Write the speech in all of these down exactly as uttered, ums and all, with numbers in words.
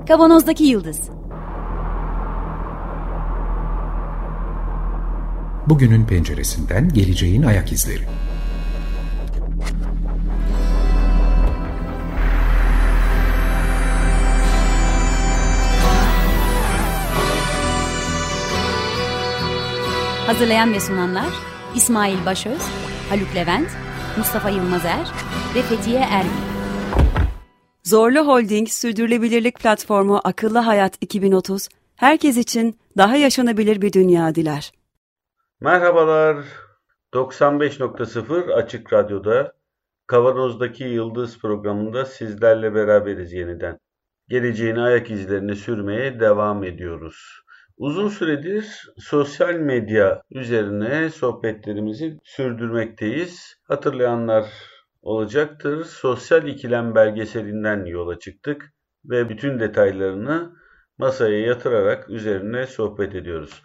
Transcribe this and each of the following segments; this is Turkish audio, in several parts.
Kavanozdaki Yıldız. Bugünün penceresinden geleceğin ayak izleri. Hazırlayan ve sunanlar İsmail Başöz, Haluk Levent, Mustafa Yılmazer ve Fethiye Erbil. Zorlu Holding Sürdürülebilirlik Platformu Akıllı Hayat iki bin otuz, herkes için daha yaşanabilir bir dünya diler. Merhabalar, doksan beş nokta sıfır Açık Radyo'da Kavanozdaki Yıldız programında sizlerle beraberiz yeniden. Geleceğin ayak izlerini sürmeye devam ediyoruz. Uzun süredir sosyal medya üzerine sohbetlerimizi sürdürmekteyiz. Hatırlayanlar olacaktır. Sosyal İkilem belgeselinden yola çıktık ve bütün detaylarını masaya yatırarak üzerine sohbet ediyoruz.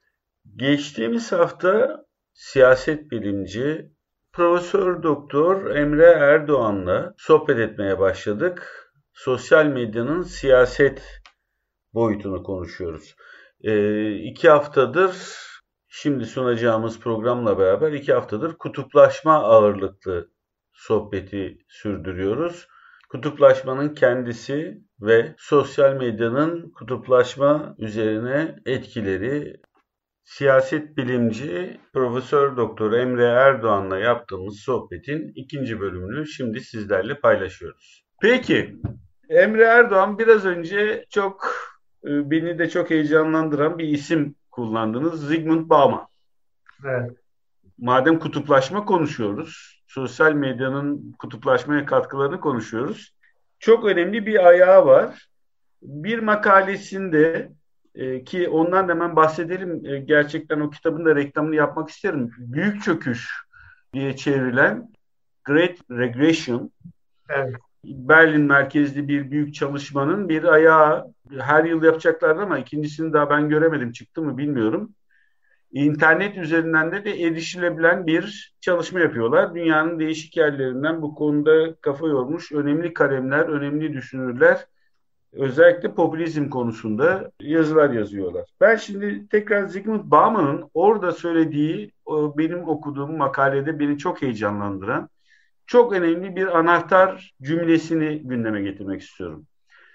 Geçtiğimiz hafta siyaset bilimci Profesör Doktor Emre Erdoğan'la sohbet etmeye başladık. Sosyal medyanın siyaset boyutunu konuşuyoruz. Ee, iki haftadır şimdi sunacağımız programla beraber iki haftadır kutuplaşma ağırlıklı sohbeti sürdürüyoruz. Kutuplaşmanın kendisi ve sosyal medyanın kutuplaşma üzerine etkileri. Siyaset bilimci Profesör Doktor Emre Erdoğan'la yaptığımız sohbetin ikinci bölümünü şimdi sizlerle paylaşıyoruz. Peki, Emre Erdoğan biraz önce çok beni de çok heyecanlandıran bir isim kullandınız. Zygmunt Bauman. Evet. Madem kutuplaşma konuşuyoruz, sosyal medyanın kutuplaşmaya katkılarını konuşuyoruz. Çok önemli bir ayağı var. Bir makalesinde e, ki ondan da hemen bahsedelim. E, gerçekten o kitabın da reklamını yapmak isterim. Büyük Çöküş diye çevrilen Great Regression. Evet. Berlin merkezli bir büyük çalışmanın bir ayağı. Her yıl yapacaklardı ama ikincisini daha ben göremedim. Çıktı mı bilmiyorum. İnternet üzerinden de, de erişilebilen bir çalışma yapıyorlar. Dünyanın değişik yerlerinden bu konuda kafa yormuş önemli kalemler, önemli düşünürler, özellikle popülizm konusunda yazılar yazıyorlar. Ben şimdi tekrar Zygmunt Bauman'ın orada söylediği, o benim okuduğum makalede beni çok heyecanlandıran, çok önemli bir anahtar cümlesini gündeme getirmek istiyorum.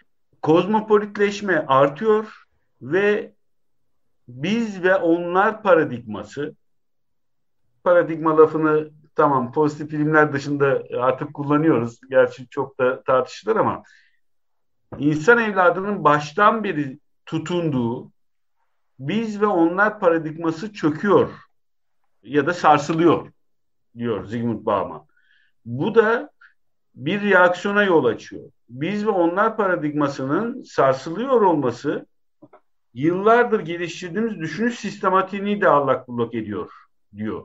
Kozmopolitleşme artıyor ve biz ve onlar paradigması, paradigma lafını tamam pozitif bilimler dışında artık kullanıyoruz. Gerçi çok da tartışılır ama insan evladının baştan beri tutunduğu biz ve onlar paradigması çöküyor ya da sarsılıyor diyor Zygmunt Bauman. Bu da bir reaksiyona yol açıyor. Biz ve onlar paradigmasının sarsılıyor olması yıllardır geliştirdiğimiz düşünüş sistematiğini de allak bullak ediyor diyor.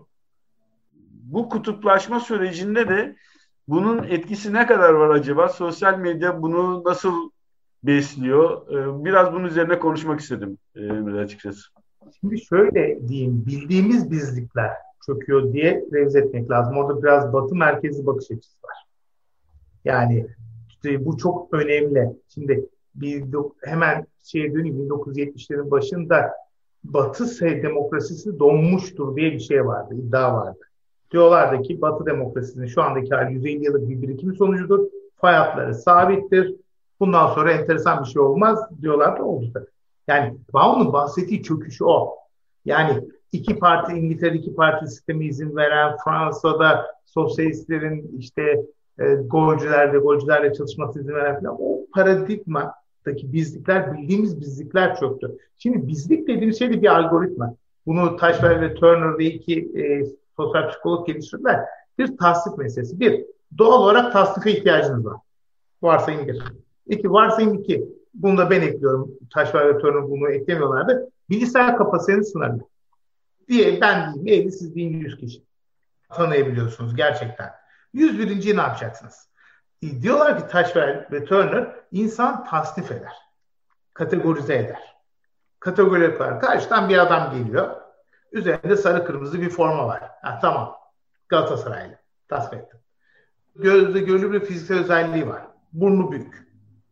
Bu kutuplaşma sürecinde de bunun etkisi ne kadar var acaba? Sosyal medya bunu nasıl besliyor? Biraz bunun üzerine konuşmak istedim açıkçası. Şimdi şöyle diyeyim, bildiğimiz bizlikler çöküyor diye revize etmek lazım. Orada biraz batı merkezli bakış açısı var. Yani işte bu çok önemli. Şimdi bir, hemen şeye döneyim, bin dokuz yüz yetmişlerin başında Batı demokrasisi donmuştur diye bir şey vardı, iddia vardı. Diyorlardı ki Batı demokrasisinin şu andaki hali yüz elli yıllık bir birikim sonucudur. Fay hatları sabittir. Bundan sonra enteresan bir şey olmaz diyorlardı, oldu da. Yani Bauman'ın bahsettiği çöküşü o. Yani iki parti, İngiltere iki parti sistemi izin veren, Fransa'da sosyalistlerin işte e, golcüler ve golcülerle çalışması izin veren falan, o paradigmadaki bizlikler, bildiğimiz bizlikler çöktü. Şimdi bizlik dediğimiz şey de bir algoritma. Bunu Taşver ve Turner diye iki e, sosyal psikolog geliştirdiler. Bir tasdik meselesi. Bir, doğal olarak tasdife ihtiyacınız var. Varsayım bir. İki, varsayım iki. Bunu da ben ekliyorum. Taşver ve Turner bunu eklemiyorlardı. Bilgisayar kapasiteniz sınırlı. Diye ben diyeyim elli, siz deyin yüz kişi. Tanıyabiliyorsunuz gerçekten. yüz birinciyi ne yapacaksınız? E, diyorlar ki Taşver ve Turner, insan tasnif eder. Kategorize eder. Kategori yapar. Karşıdan bir adam geliyor. Üzerinde sarı kırmızı bir forma var. Ha, tamam. Galatasaraylı. Tasnif ettim. Gözde görülür bir fiziksel özelliği var. Burnu büyük.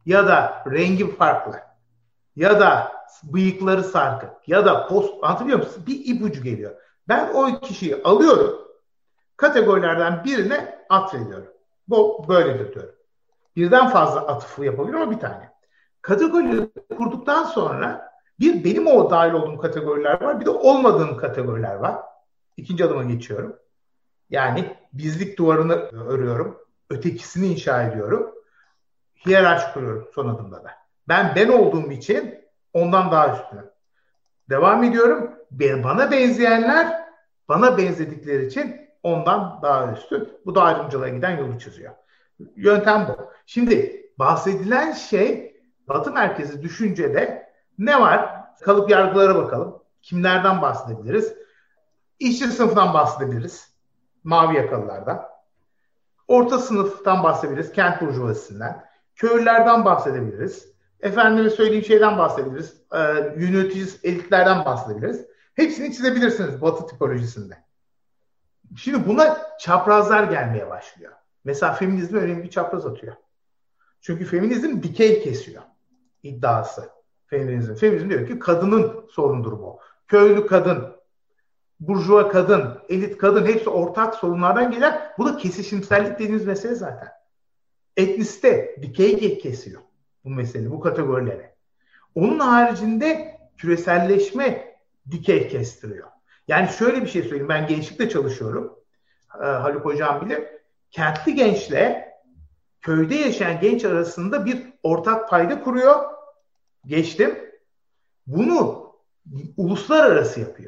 ya da rengi farklı ya da bıyıkları sarkık ya da post, anlatabiliyor musun? Bir ipucu geliyor. Ben o kişiyi alıyorum, kategorilerden birine atfediyorum. Bu böyledir diyorum. Birden fazla atıfı yapabilirim ama bir tane. Kategorileri kurduktan sonra bir benim o dahil olduğum kategoriler var, bir de olmadığım kategoriler var. İkinci adıma geçiyorum. Yani bizlik duvarını örüyorum, ötekisini inşa ediyorum. Hiyerarşi kuruyorum son adımda da. Ben ben olduğum için ondan daha üstünüm. Devam ediyorum. Bana benzeyenler bana benzedikleri için ondan daha üstün. Bu da ayrımcılığa giden yolu çiziyor. Yöntem bu. Şimdi bahsedilen şey Batı merkezi düşüncede ne var? Kalıp yargılara bakalım. Kimlerden bahsedebiliriz? İşçi sınıfından bahsedebiliriz. Mavi yakalılardan. Orta sınıftan bahsedebiliriz. Kent burjuvazisinden. Köylülerden bahsedebiliriz. Efendime söyleyeyim şeyden bahsedebiliriz. E, yönetici elitlerden bahsedebiliriz. Hepsini çizebilirsiniz Batı tipolojisinde. Şimdi buna çaprazlar gelmeye başlıyor. Mesela feminizm önemli bir çapraz atıyor. Çünkü feminizm dikey kesiyor iddiası. Feminizm. Feminizm diyor ki kadının sorunudur bu. Köylü kadın, burjuva kadın, elit kadın hepsi ortak sorunlardan gelen. Bu da kesişimsellik dediğimiz mesele zaten. Etnisite dikey kesiyor bu mesele, bu kategorilere. Onun haricinde küreselleşme dikey kestiriyor. Yani şöyle bir şey söyleyeyim. Ben gençlikte çalışıyorum. Ee, Haluk Hocam bilir. Kentli gençle köyde yaşayan genç arasında bir ortak payda kuruyor. Geçtim. Bunu uluslararası yapıyor.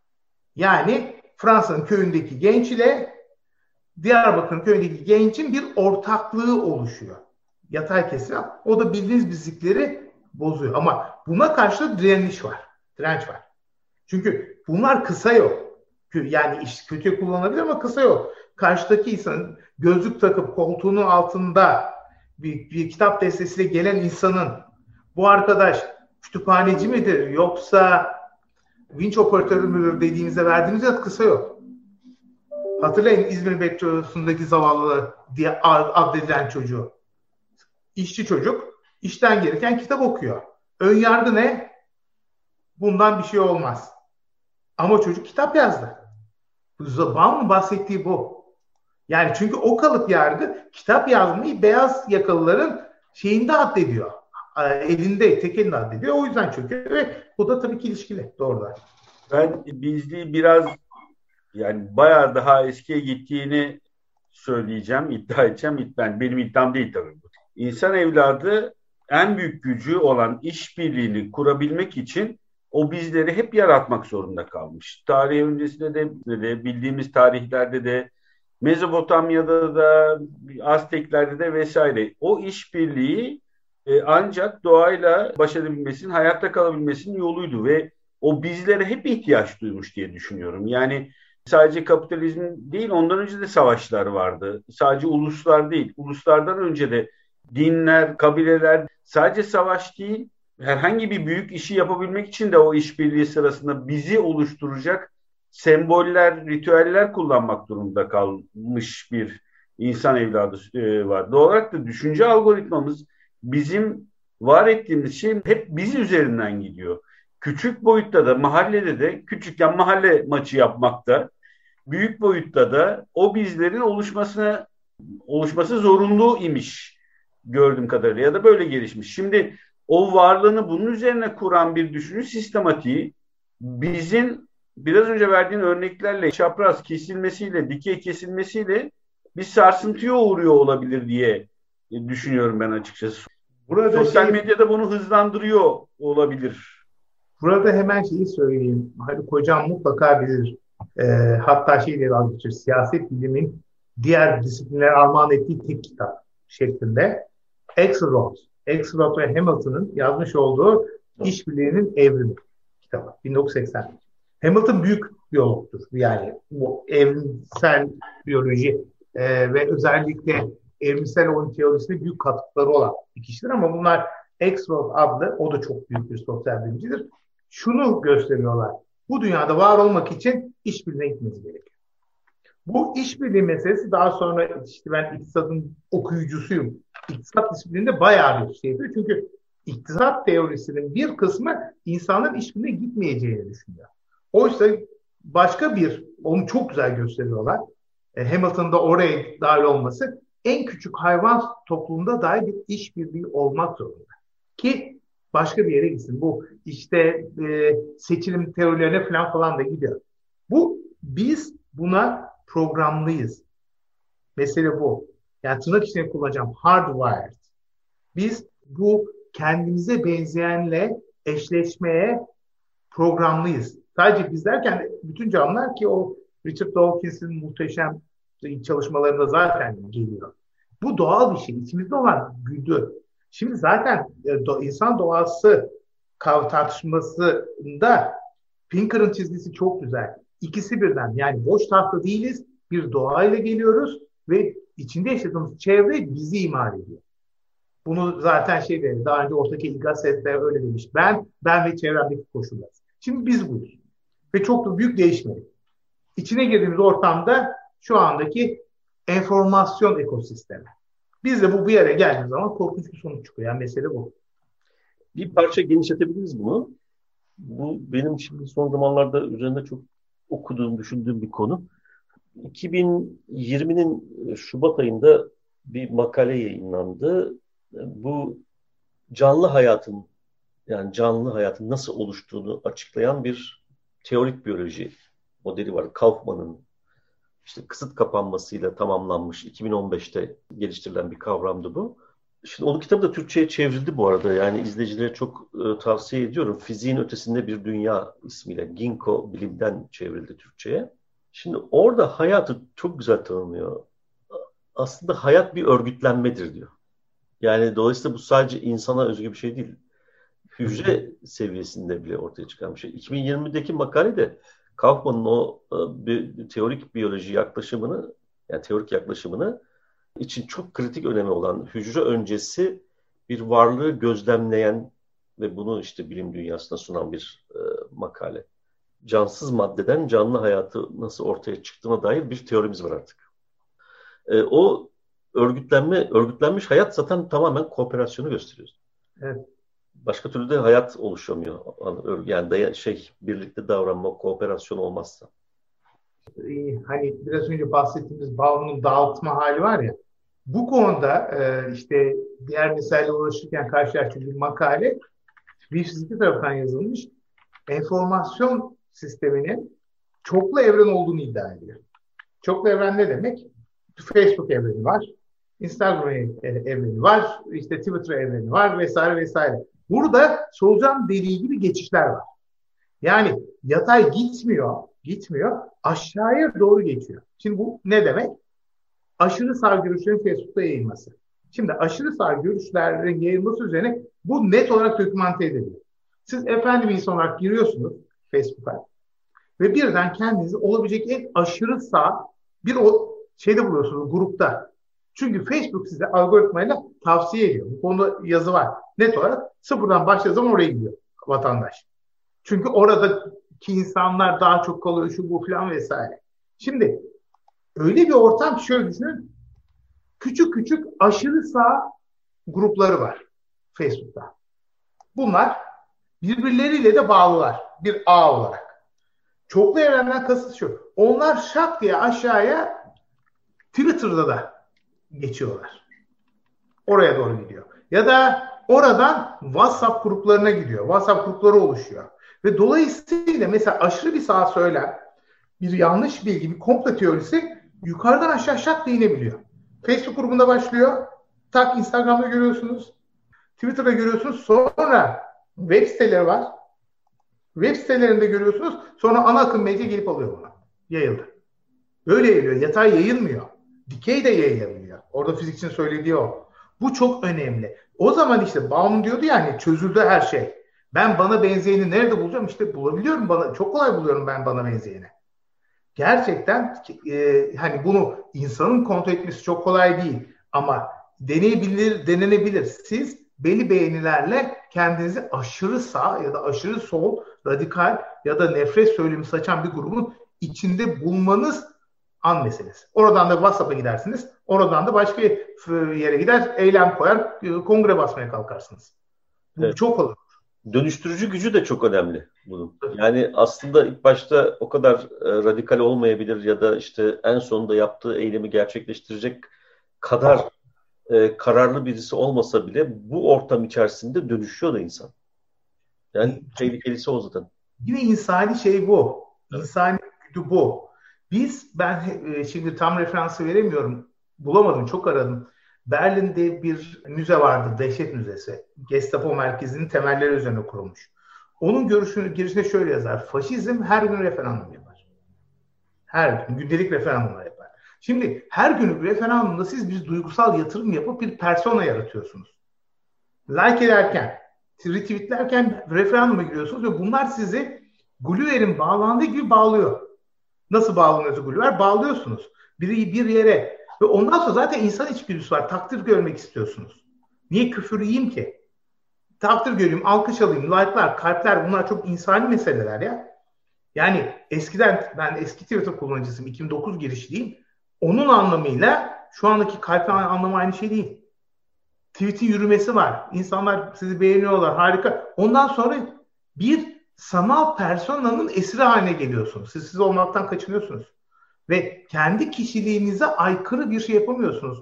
Yani Fransa'nın köyündeki genç ile Diyarbakır'ın köyündeki gencin bir ortaklığı oluşuyor. Yatay kesim. O da bildiğiniz bizlikleri bozuyor. Ama buna karşı da direniş var. Direnç var. Çünkü bunlar kısa yol. Yani iş kötüye kullanılabilir ama kısa yol. Karşıdaki insanın gözlük takıp koltuğunun altında bir, bir kitap destesiyle gelen insanın bu arkadaş kütüphaneci midir yoksa vinç operatörü müdür dediğinizde verdiğiniz yat kısa yol. Hatırlayın İzmir metrosundaki zavallı diye addedilen çocuğu. İşçi çocuk işten gelirken kitap okuyor. Ön yargı ne? Bundan bir şey olmaz. Ama çocuk kitap yazdı. Bam'ın bahsettiği bu. Yani çünkü o kalıp yargı kitap yazmayı beyaz yakalıların şeyinde addediyor. Elinde, tek elinde addediyor. O yüzden çöküyor ve bu da tabii ki ilişkili doğrudan. Ben bizliği biraz yani bayağı daha eskiye gittiğini söyleyeceğim, iddia edeceğim. Ben, benim iddiam değil tabii bu. İnsan evladı en büyük gücü olan işbirliğini kurabilmek için o bizleri hep yaratmak zorunda kalmış. Tarih öncesinde de, de bildiğimiz tarihlerde de Mezopotamya'da da Azteklerde de vesaire o işbirliği e, ancak doğayla baş edebilmesinin, hayatta kalabilmesinin yoluydu ve o bizlere hep ihtiyaç duymuş diye düşünüyorum. Yani sadece kapitalizm değil, ondan önce de savaşlar vardı. Sadece uluslar değil, uluslardan önce de dinler, kabileler sadece savaş değil, herhangi bir büyük işi yapabilmek için de o işbirliği sırasında bizi oluşturacak semboller, ritüeller kullanmak durumunda kalmış bir insan evladı e, var. Doğal olarak da düşünce algoritmamız bizim var ettiğimiz şey hep biz üzerinden gidiyor. Küçük boyutta da mahallede de küçükken mahalle maçı yapmakta, büyük boyutta da o bizlerin oluşmasına oluşması zorunlu imiş gördüğüm kadarıyla ya da böyle gelişmiş. Şimdi o varlığını bunun üzerine kuran bir düşünüş sistematiği bizim biraz önce verdiğin örneklerle çapraz kesilmesiyle, dikey kesilmesiyle bir sarsıntıya uğruyor olabilir diye düşünüyorum ben açıkçası. Burada sosyal şey, medyada bunu hızlandırıyor olabilir. Burada hemen şeyi söyleyeyim. Haluk Hocam mutlaka bilir. E, hatta şey diye anlatıyor. Siyaset bilimin diğer disiplinler armağan ettiği tek kitap şeklinde. Axelrod. Axelrod ve Hamilton'ın yazmış olduğu İşbirliğinin Evrimi kitabı. bin dokuz yüz seksen. Hamilton büyük biyologtur. Yani bu evrimsel biyoloji e, ve özellikle evrimsel oyun teorisine büyük katkıları olan bir kişidir ama bunlar Axelrod adlı, o da çok büyük bir sosyal bilimcidir. Şunu gösteriyorlar. Bu dünyada var olmak için işbirliğine gitmeniz gerekiyor. Bu işbirliği meselesi daha sonra işte ben iktisadın okuyucusuyum. İktisat disiplininde bayağı bir şey yapıyor. Çünkü iktisat teorisinin bir kısmı insanların işbirliğine gitmeyeceğini düşünüyor. Oysa başka bir, onu çok güzel gösteriyorlar. E, Hamilton'da oraya dahil olması en küçük hayvan toplumunda dahi bir işbirliği olmak zorunda. Ki başka bir yere gitsin. Bu işte e, seçilim teorilerine falan falan da gidiyor. Bu biz buna programlıyız. Mesele bu. Yani tırnak içinde kullanacağım. Hardwired. Biz bu kendimize benzeyenle eşleşmeye programlıyız. Sadece biz derken bütün canlılar ki o Richard Dawkins'in muhteşem çalışmalarında zaten geliyor. Bu doğal bir şey. İçimizde olan güdü. Şimdi zaten do, insan doğası tartışmasında Pinker'ın çizgisi çok güzel. İkisi birden. Yani boş tahta değiliz. Bir doğayla geliyoruz ve içinde yaşadığımız çevre bizi imal ediyor. Bunu zaten şey dedi, daha önce ortadaki İlgaset'te öyle demiş. Ben, ben ve çevremdeki koşullar. Şimdi biz buyuz. Ve çok da büyük değişmedi. İçine girdiğimiz ortamda şu andaki enformasyon ekosistemi. Biz de bu bir yere geldiğimiz zaman korkunç bir sonuç çıkıyor. Yani mesele bu. Bir parça genişletebiliriz bunu. Bu benim şimdi son zamanlarda üzerinde çok okuduğum, düşündüğüm bir konu. iki bin yirminin Şubat ayında bir makale yayınlandı. Bu canlı hayatın, yani canlı hayatın nasıl oluştuğunu açıklayan bir teorik biyoloji modeli var. Kaufman'ın işte kısıt kapanmasıyla tamamlanmış iki bin on beşte geliştirilen bir kavramdı bu. Şimdi onun kitabı da Türkçe'ye çevrildi bu arada. Yani izleyicilere çok e, tavsiye ediyorum. Fiziğin Ötesinde Bir Dünya ismiyle Ginkgo Bilim'den çevrildi Türkçe'ye. Şimdi orada hayatı çok güzel tanımlıyor. Aslında hayat bir örgütlenmedir diyor. Yani dolayısıyla bu sadece insana özgü bir şey değil. Hücre seviyesinde bile ortaya çıkan bir şey. iki bin yirmideki makale de Kaufman'ın o bir teorik biyoloji yaklaşımını, yani teorik yaklaşımını için çok kritik önemi olan hücre öncesi bir varlığı gözlemleyen ve bunu işte bilim dünyasına sunan bir e, makale. Cansız maddeden canlı hayatı nasıl ortaya çıktığına dair bir teorimiz var artık. E, o örgütlenme, örgütlenmiş hayat zaten tamamen kooperasyonu gösteriyor. Evet. Başka türlü de hayat oluşamıyor. Yani de şey birlikte davranma, kooperasyon olmazsa. Hani biraz önce bahsettiğimiz balonun dağıtma hali var ya. Bu konuda e, işte diğer meseleyle uğraşırken karşılaştığım bir makale bir fizikçi tarafından yazılmış. Enformasyon sisteminin çoklu evren olduğunu iddia ediyor. Çoklu evren ne demek? Facebook evreni var, Instagram evreni var, işte Twitter evreni var vesaire vesaire. Burada solucan deliği gibi geçişler var. Yani yatay gitmiyor, gitmiyor, aşağıya doğru geçiyor. Şimdi bu ne demek? Aşırı sağ görüşlerin Facebook'ta yayılması. Şimdi aşırı sağ görüşlerin yayılması üzerine bu net olarak dokümante ediliyor. Siz efendim insan olarak giriyorsunuz Facebook'a ve birden kendinizi olabilecek en aşırı sağ bir o şeyde buluyorsunuz grupta. Çünkü Facebook size algoritmayla tavsiye ediyor. Bu konuda yazı var. Net olarak sıfırdan başladığı zaman oraya gidiyor vatandaş. Çünkü oradaki insanlar daha çok kalıyor şu bu falan vesaire. Şimdi öyle bir ortam ki şöyle düşünün. Küçük küçük aşırı sağ grupları var Facebook'ta. Bunlar birbirleriyle de bağlılar. Bir ağ olarak. Çoklu evrenden kasıt şu. Onlar şak diye aşağıya Twitter'da da geçiyorlar. Oraya doğru gidiyor. Ya da oradan WhatsApp gruplarına gidiyor. WhatsApp grupları oluşuyor. Ve dolayısıyla mesela aşırı bir sağa söylem, bir yanlış bilgi, bir komplo teorisi yukarıdan aşağı şak diye inebiliyor. Facebook grubunda başlıyor. Tak Instagram'da görüyorsunuz. Twitter'da görüyorsunuz. Sonra web siteleri var. Web sitelerinde görüyorsunuz. Sonra ana akım medya gelip alıyor bunu. Yayıldı. Böyle yayılıyor. Yatay yayılmıyor. Dikey de yayılmıyor. Orada fizikçinin söylediği o. Bu çok önemli. O zaman işte Baum diyordu yani çözüldü her şey. Ben bana benzeyeni nerede bulacağım? İşte bulabiliyorum. Bana, çok kolay buluyorum ben bana benzeyeni. Gerçekten e, hani bunu insanın kontrol etmesi çok kolay değil. Ama deneyebilir, denenebilir. Siz belli beğenilerle kendinizi aşırı sağ ya da aşırı sol, radikal ya da nefret söylemi saçan bir grubun içinde bulmanız An meselesi. Oradan da WhatsApp'a gidersiniz. Oradan da başka yere gider, eylem koyar, kongre basmaya kalkarsınız. Bu evet. Çok olur. Dönüştürücü gücü de çok önemli bunun. Yani aslında ilk başta o kadar e, radikal olmayabilir ya da işte en sonunda yaptığı eylemi gerçekleştirecek kadar e, kararlı birisi olmasa bile bu ortam içerisinde dönüşüyor da insan. Yani tehlikelisi o zaten. Yine insani şey bu. İnsani güdü bu. Biz, ben e, şimdi tam referansı veremiyorum. Bulamadım, çok aradım. Berlin'de bir müze vardı, Dehşet Müzesi. Gestapo merkezinin temelleri üzerine kurulmuş. Onun görüşünü, girişine şöyle yazar. Faşizm her gün referandum yapar. Her gün, gündelik referandumlar yapar. Şimdi her günlük referandumda siz bir duygusal yatırım yapıp bir persona yaratıyorsunuz. Like ederken, retweetlerken referanduma giriyorsunuz ve bunlar sizi Gulliver'in bağlandığı gibi bağlıyor. Nasıl bağlanıyorsa Gulliver? Bağlıyorsunuz. Bir, bir yere. Ve ondan sonra zaten insan içgüdüsü var. Takdir görmek istiyorsunuz. Niye küfür yiyeyim ki? Takdir göreyim, alkış alayım, like'lar, kalpler, bunlar çok insani meseleler ya. Yani eskiden, ben eski Twitter kullanıcısıyım, iki bin dokuz girişliyim. Onun anlamıyla şu andaki kalp anlamı aynı şey değil. Tweet'in yürümesi var. İnsanlar sizi beğeniyorlar, harika. Ondan sonra bir sanal personanın esiri haline geliyorsunuz. Siz siz olmaktan kaçınıyorsunuz. Ve kendi kişiliğinize aykırı bir şey yapamıyorsunuz.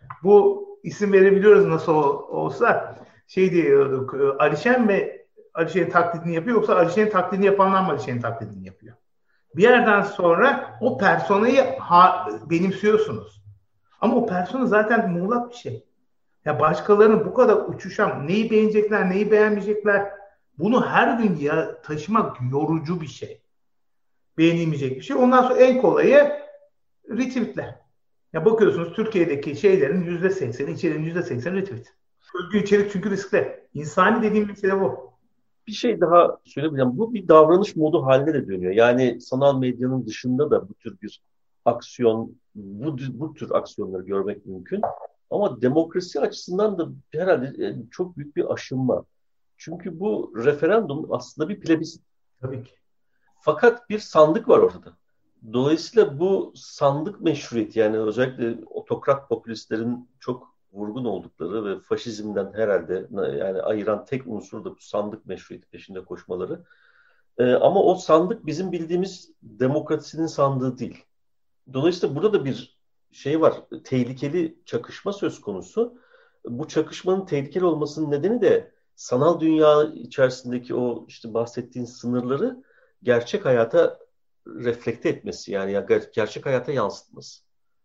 Bu isim verebiliyoruz nasıl olsa. Şey diyorduk, Alişen mi Alişen'in taklidini yapıyor yoksa Alişen'in taklidini yapanlar mı Alişen'in taklidini yapıyor? Bir yerden sonra o personayı ha, benimsiyorsunuz. Ama o persona zaten muğlak bir şey. Ya başkalarının bu kadar uçuşan, neyi beğenecekler, neyi beğenmeyecekler, bunu her gün ya taşımak yorucu bir şey. Beğenilmeyecek bir şey. Ondan sonra en kolayı retweetler. Ya bakıyorsunuz Türkiye'deki şeylerin yüzde sekseni, içeriğin yüzde sekseni retweet. Özgür içerik çünkü riskli. İnsani dediğim mesele bu. Bir şey daha söyleyebilirim. Bu bir davranış modu haline de dönüyor. Yani sanal medyanın dışında da bu tür bir aksiyon, bu, bu tür aksiyonları görmek mümkün. Ama demokrasi açısından da herhalde çok büyük bir aşınma. Çünkü bu referandum aslında bir plebisit. Tabii ki. Fakat bir sandık var ortada. Dolayısıyla bu sandık meşruiyeti, yani özellikle otokrat popülistlerin çok vurgun oldukları ve faşizmden herhalde yani ayıran tek unsur da bu sandık meşruiyeti peşinde koşmaları. Ee, ama o sandık bizim bildiğimiz demokrasinin sandığı değil. Dolayısıyla burada da bir şey var, tehlikeli çakışma söz konusu. Bu çakışmanın tehlikeli olmasının nedeni de sanal dünya içerisindeki o işte bahsettiğin sınırları gerçek hayata reflekte etmesi, yani gerçek hayata yansıtması.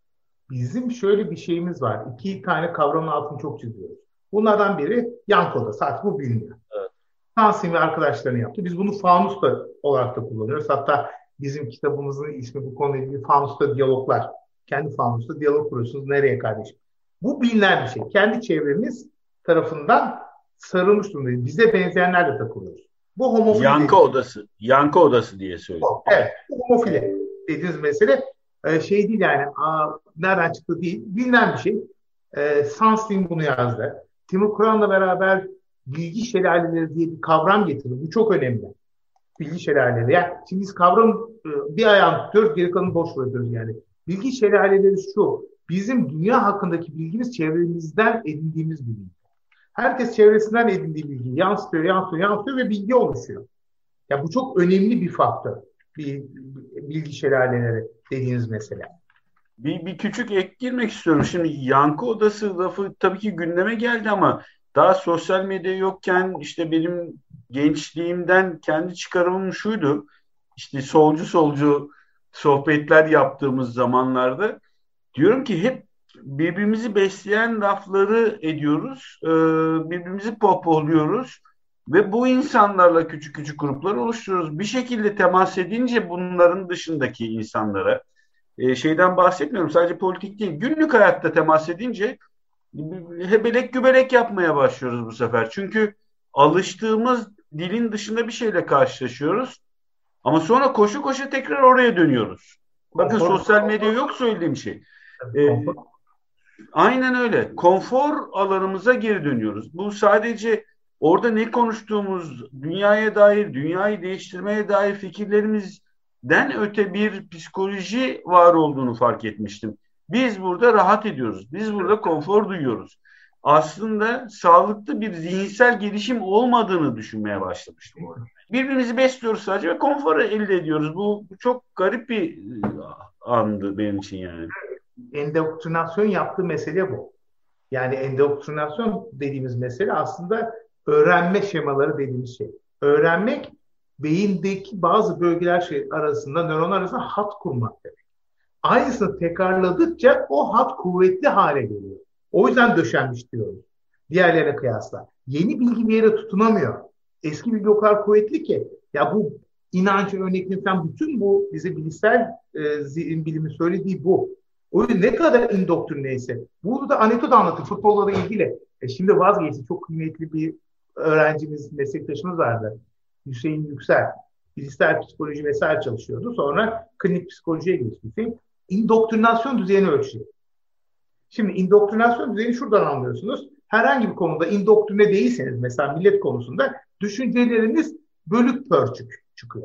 Bizim şöyle bir şeyimiz var. İki tane kavramın altını çok çiziyoruz. Bunlardan biri yan koda. Sadece bu biliniyor. Evet. Tansim ve arkadaşlarını yaptı. Biz bunu Faunus'ta olarak da kullanıyoruz. Hatta bizim kitabımızın ismi bu konuyla ilgili Faunus'ta diyaloglar. Kendi Faunus'ta diyalog kuruyorsunuz. Nereye kardeşim? Bu bilinen bir şey. Kendi çevremiz tarafından sarılmış durumda. Bize benzeyenlerle takılıyoruz. Bu homofili. Yankı odası. Yankı odası diye söylüyor. Evet. Bu homofili dediğiniz mesele e, şey değil yani. Aa, nereden çıktı değil. Bilinen bir şey. E, Sunstein bunu yazdı. Timur Kur'an'la beraber bilgi şelaleleri diye bir kavram getirdi. Bu çok önemli. Bilgi şelaleleri. Yani şimdi biz kavram e, bir ayağını tutuyoruz, geri kalanı boş bırakıyoruz yani. Bilgi şelaleleri şu. Bizim dünya hakkındaki bilgimiz çevremizden edindiğimiz bilgi. Herkes çevresinden edindiği bilgiyi yansıtıyor, yansıtıyor, yansıtıyor ve bilgi oluşuyor. Ya bu çok önemli bir faktör. Bir, bilgi şelaleleri dediğiniz mesele. Bir, bir küçük ek girmek istiyorum. Şimdi yankı odası lafı tabii ki gündeme geldi ama daha sosyal medya yokken işte benim gençliğimden kendi çıkarımım şuydu. İşte solcu solcu sohbetler yaptığımız zamanlarda diyorum ki hep birbirimizi besleyen lafları ediyoruz, birbirimizi pohpohluyoruz ve bu insanlarla küçük küçük gruplar oluşturuyoruz. Bir şekilde temas edince bunların dışındaki insanlara, şeyden bahsetmiyorum sadece politik değil, günlük hayatta temas edince hebelek gübelek yapmaya başlıyoruz bu sefer. Çünkü alıştığımız dilin dışında bir şeyle karşılaşıyoruz ama sonra koşu koşu tekrar oraya dönüyoruz. Bakın konfor, sosyal medya yok söylediğim şey. Ee, aynen öyle. Konfor alanımıza geri dönüyoruz. Bu sadece orada ne konuştuğumuz, dünyaya dair, dünyayı değiştirmeye dair fikirlerimiz den öte bir psikoloji var olduğunu fark etmiştim. Biz burada rahat ediyoruz. Biz burada konfor duyuyoruz. Aslında sağlıklı bir zihinsel gelişim olmadığını düşünmeye başlamıştım orada. Birbirimizi besliyoruz sadece ve konfor elde ediyoruz. Bu çok garip bir andı benim için yani. Endoktrinasyon yaptığı mesele bu. Yani endoktrinasyon dediğimiz mesele aslında öğrenme şemaları dediğimiz şey. Öğrenmek beyindeki bazı bölgeler şey arasında, nöronlar arasında hat kurmak demek. Aynısını tekrarladıkça o hat kuvvetli hale geliyor. O yüzden döşenmiş diyoruz. Diğerlerine kıyasla. Yeni bilgi bir yere tutunamıyor. Eski bilgi o kadar kuvvetli ki ya bu inanç örnekleri falan bütün bu bize bilişsel e, zihin bilimi söylediği bu. O yüzden ne kadar indoktrineyse. Burada da anekdot anlatayım futbolla da ilgili. E şimdi vazgeçti. Çok kıymetli bir öğrencimiz, meslektaşımız vardı. Hüseyin Yüksel. Bilişsel psikoloji vesaire çalışıyordu. Sonra klinik psikolojiye geçti. İndoktrinasyon düzeyini ölçüyor. Şimdi indoktrinasyon düzeyini şuradan anlıyorsunuz. Herhangi bir konuda indoktrine değilseniz, mesela millet konusunda düşünceleriniz bölük pörçük çıkıyor.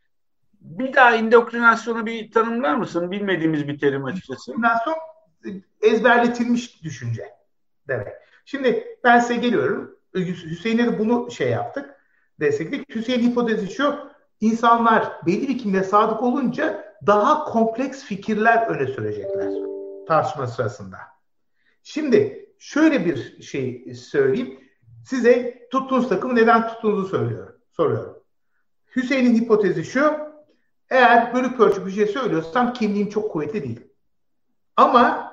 Bir daha indoktrinasyonu bir tanımlar mısın? Bilmediğimiz bir terim açıkçası. İndoktrinasyon ezberletilmiş düşünce demek. Şimdi ben size geliyorum. Hüseyin'e de bunu şey yaptık. Destekledik. Hüseyin hipotezi şu. İnsanlar belli bir kimliğe sadık olunca daha kompleks fikirler öne sürecekler tartışma sırasında. Şimdi şöyle bir şey söyleyeyim. Size tuttuğunuz takımı neden tuttuğunuzu söylüyorum, soruyorum. Hüseyin'in hipotezi şu. Eğer bölük pörçük bir şey söylüyorsam kimliğim çok kuvvetli değil. Ama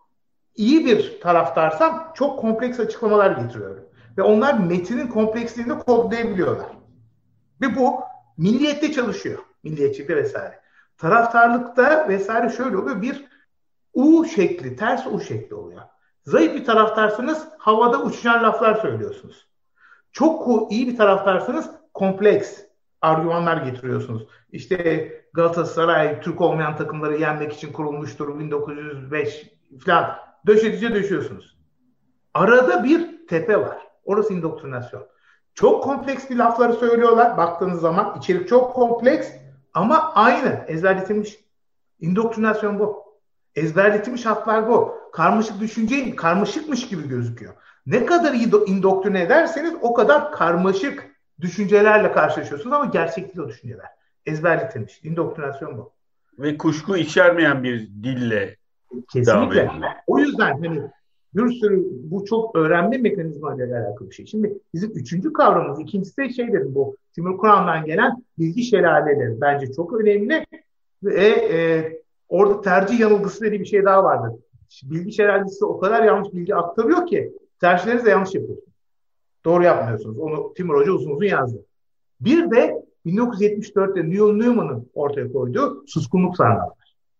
iyi bir taraftarsam çok kompleks açıklamalar getiriyorum. Ve onlar metinin kompleksliğini kodlayabiliyorlar. Ve bu milliyette çalışıyor. Milliyetçilikte vesaire. Taraftarlıkta vesaire şöyle oluyor. Bir U şekli, ters U şekli oluyor. Zayıf bir taraftarsınız, havada uçuşan laflar söylüyorsunuz. Çok iyi bir taraftarsınız, kompleks argümanlar getiriyorsunuz. İşte Galatasaray Türk olmayan takımları yenmek için kurulmuştur bin dokuz yüz beş falan. Döşedice döşüyorsunuz. Arada bir tepe var. Orası indoktrinasyon. Çok kompleks bir lafları söylüyorlar. Baktığınız zaman içerik çok kompleks ama aynı. Ezberletilmiş. İndoktrinasyon bu. Ezberletilmiş hatlar bu. Karmaşık düşünce karmaşıkmış gibi gözüküyor. Ne kadar iyi indoktrine ederseniz o kadar karmaşık düşüncelerle karşılaşıyorsunuz ama gerçek değil o düşünceler. Ezberletilmiş. İndoktrinasyon bu. Ve kuşku içermeyen bir dille. Kesinlikle. O yüzden hani bir sürü bu çok öğrenme mekanizmalarıyla alakalı bir şey. Şimdi bizim üçüncü kavramımız, ikincisi şey dedim bu Timur Kur'an'dan gelen bilgi şelaleleri bence çok önemli ve e, orada tercih yanılgısı dediği bir şey daha vardır. Bilgi şelalesi o kadar yanlış bilgi aktarıyor ki tercihlerinizi de yanlış yapıyorsunuz. Doğru yapmıyorsunuz. Onu Timur Hoca uzun uzun yazdı. Bir de bin dokuz yüz yetmiş dörtte Neil Newman'ın ortaya koyduğu suskunluk sarnafları.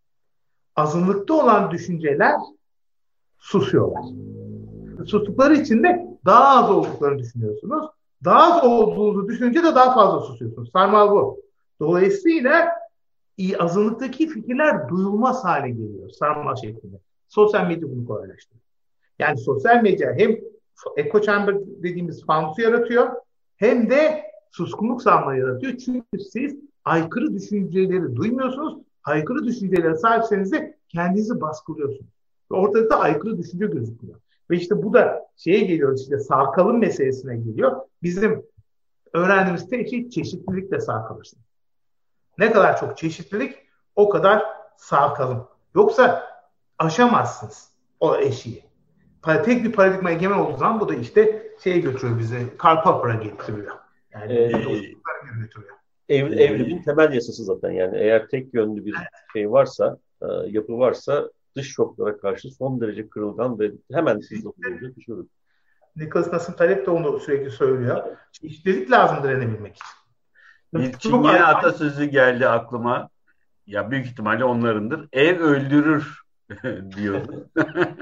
Azınlıkta olan düşünceler susuyorlar. Sustukları için de daha az olduklarını düşünüyorsunuz. Daha az olduğunuzu düşününce de daha fazla susuyorsunuz. Sarmal bu. Dolayısıyla azınlıktaki fikirler duyulmaz hale geliyor. Sarmal şeklinde. Sosyal medya bunu kolaylaştırıyor. Yani sosyal medya hem echo chamber dediğimiz fanusu yaratıyor hem de suskunluk sarmalı yaratıyor. Çünkü siz aykırı düşünceleri duymuyorsunuz. Aykırı düşüncelere sahipseniz de kendinizi baskılıyorsunuz. Ve ortada da aykırı düşünce gözüküyor. Ve işte bu da şeye geliyor, işte sağ kalım meselesine geliyor. Bizim öğrendiğimiz tek şey çeşitlilikle sağ kalırsın. Ne kadar çok çeşitlilik o kadar sağ kalım. Yoksa aşamazsınız o eşiği. Tek bir paradigma egemen olduğu zaman bu da işte şeye götürüyor bizi, Karl Popper'a getiriyor. Yani ee, götürüyor. Ev, evrimin temel yasası zaten yani eğer tek yönlü bir şey varsa, yapı varsa dış şoklara karşı son derece kırılgan ve hemen hızlı olacak bir şey olur. Nicholas Nassim Taleb de onu sürekli söylüyor. Çeşitlilik lazım direnebilmek için. Bir Çingene atasözü geldi aklıma. Ya büyük ihtimalle onlarındır. Ev öldürür diyordu.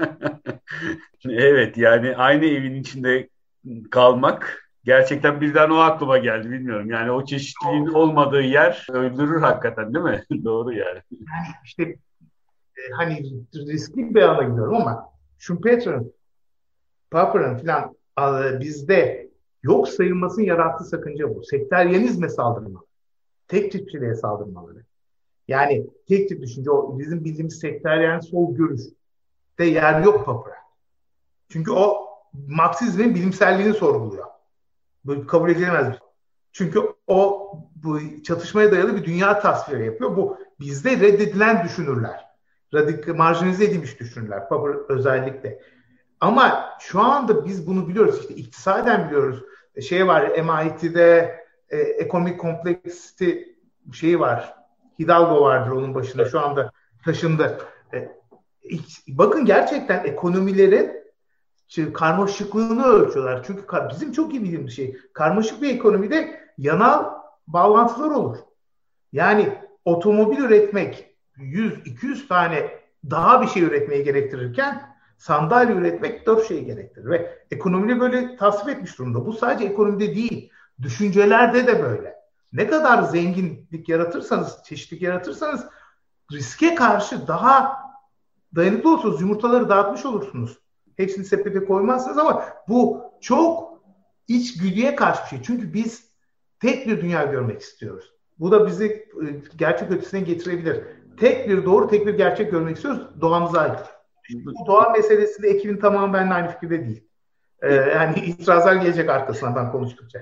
Evet yani aynı evin içinde kalmak gerçekten birden o aklıma geldi bilmiyorum. Yani o çeşitliliğin olmadığı yer öldürür hakikaten değil mi? Doğru yani. Yani işte e, hani riskli bir alana gidiyorum ama Schumpeter'ın, Popper'ın filan e, bizde yok sayılmasının yarattığı sakınca bu. Sekteryenizme saldırmaları. Tek tipçiliğe saldırmaları. Yani tek tip düşünce, o bizim bildiğimiz sektöryen sol görüş de yer yok Popper'a. Çünkü o Marksizmin bilimselliğini sorguluyor. Bu kabul edilemez bir şey. Çünkü o bu çatışmaya dayalı bir dünya tasviri yapıyor. Bu bizde reddedilen düşünürler. Radikal, marjinalize edilmiş düşünürler. Popper özellikle. Ama şu anda biz bunu biliyoruz. İşte iktisaden biliyoruz. Şey var, M I T'de e, Economic Complexity şeyi var. Hidalgo vardır onun başında. Şu anda taşındı. E, bakın gerçekten ekonomilerin karmaşıklığını ölçüyorlar. Çünkü bizim çok iyi bildiğimiz şey, karmaşık bir ekonomide yanal bağlantılar olur. Yani otomobil üretmek yüz iki yüz tane daha bir şey üretmeyi gerektirirken sandalye üretmek dört şey gerektirir. Ve ekonomiyi böyle tasvip etmiş durumda. Bu sadece ekonomide değil, düşüncelerde de böyle. Ne kadar zenginlik yaratırsanız, çeşitlilik yaratırsanız riske karşı daha dayanıklı olursunuz. Yumurtaları dağıtmış olursunuz. Hepsini sepete koymazsınız ama bu çok içgüdüye karşı bir şey. Çünkü biz tek bir dünya görmek istiyoruz. Bu da bizi gerçek ötesine getirebilir. Tek bir doğru, tek bir gerçek görmek istiyoruz. Doğamıza ait. Bu doğa meselesinde ekibin tamamı benimle aynı fikirde değil. Ee, yani itirazlar gelecek arkasından ben konuştukça.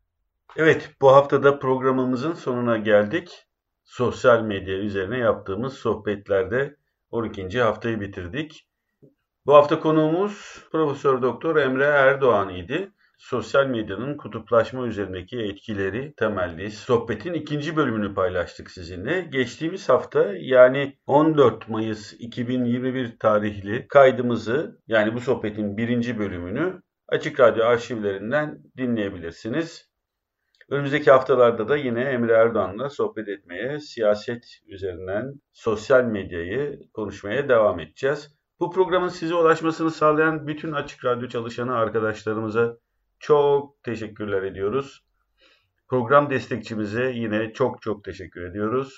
Evet, bu haftada programımızın sonuna geldik. Sosyal medya üzerine yaptığımız sohbetlerde on ikinci haftayı bitirdik. Bu hafta konuğumuz Profesör Doktor Emre Erdoğan idi. Sosyal medyanın kutuplaşma üzerindeki etkileri temelli sohbetin ikinci bölümünü paylaştık sizinle. Geçtiğimiz hafta yani on dört Mayıs iki bin yirmi bir tarihli kaydımızı, yani bu sohbetin birinci bölümünü Açık Radyo arşivlerinden dinleyebilirsiniz. Önümüzdeki haftalarda da yine Emre Erdoğan'la sohbet etmeye, siyaset üzerinden sosyal medyayı konuşmaya devam edeceğiz. Bu programın size ulaşmasını sağlayan bütün Açık Radyo çalışanı arkadaşlarımıza çok teşekkürler ediyoruz. Program destekçimize yine çok çok teşekkür ediyoruz.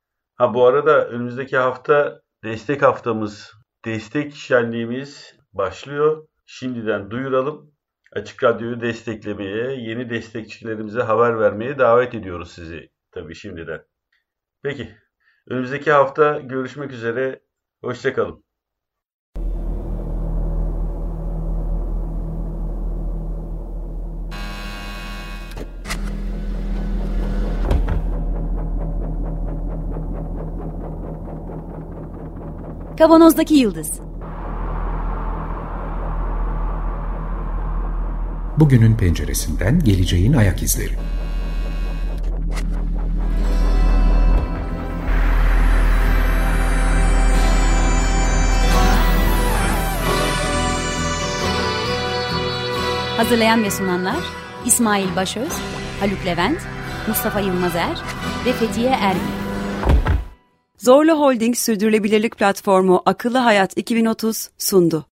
Ha bu arada önümüzdeki hafta destek haftamız, destek şenliğimiz başlıyor. Şimdiden duyuralım. Açık Radyo'yu desteklemeye, yeni destekçilerimize haber vermeye davet ediyoruz sizi tabii şimdiden. Peki, önümüzdeki hafta görüşmek üzere. Hoşça kalın. Kavanozdaki Yıldız. Bugünün penceresinden geleceğin ayak izleri. Hazırlayan ve sunanlar İsmail Başöz, Haluk Levent, Mustafa Yılmazer ve Fethiye Erbil. Zorlu Holding Sürdürülebilirlik Platformu Akıllı Hayat iki bin otuz sundu.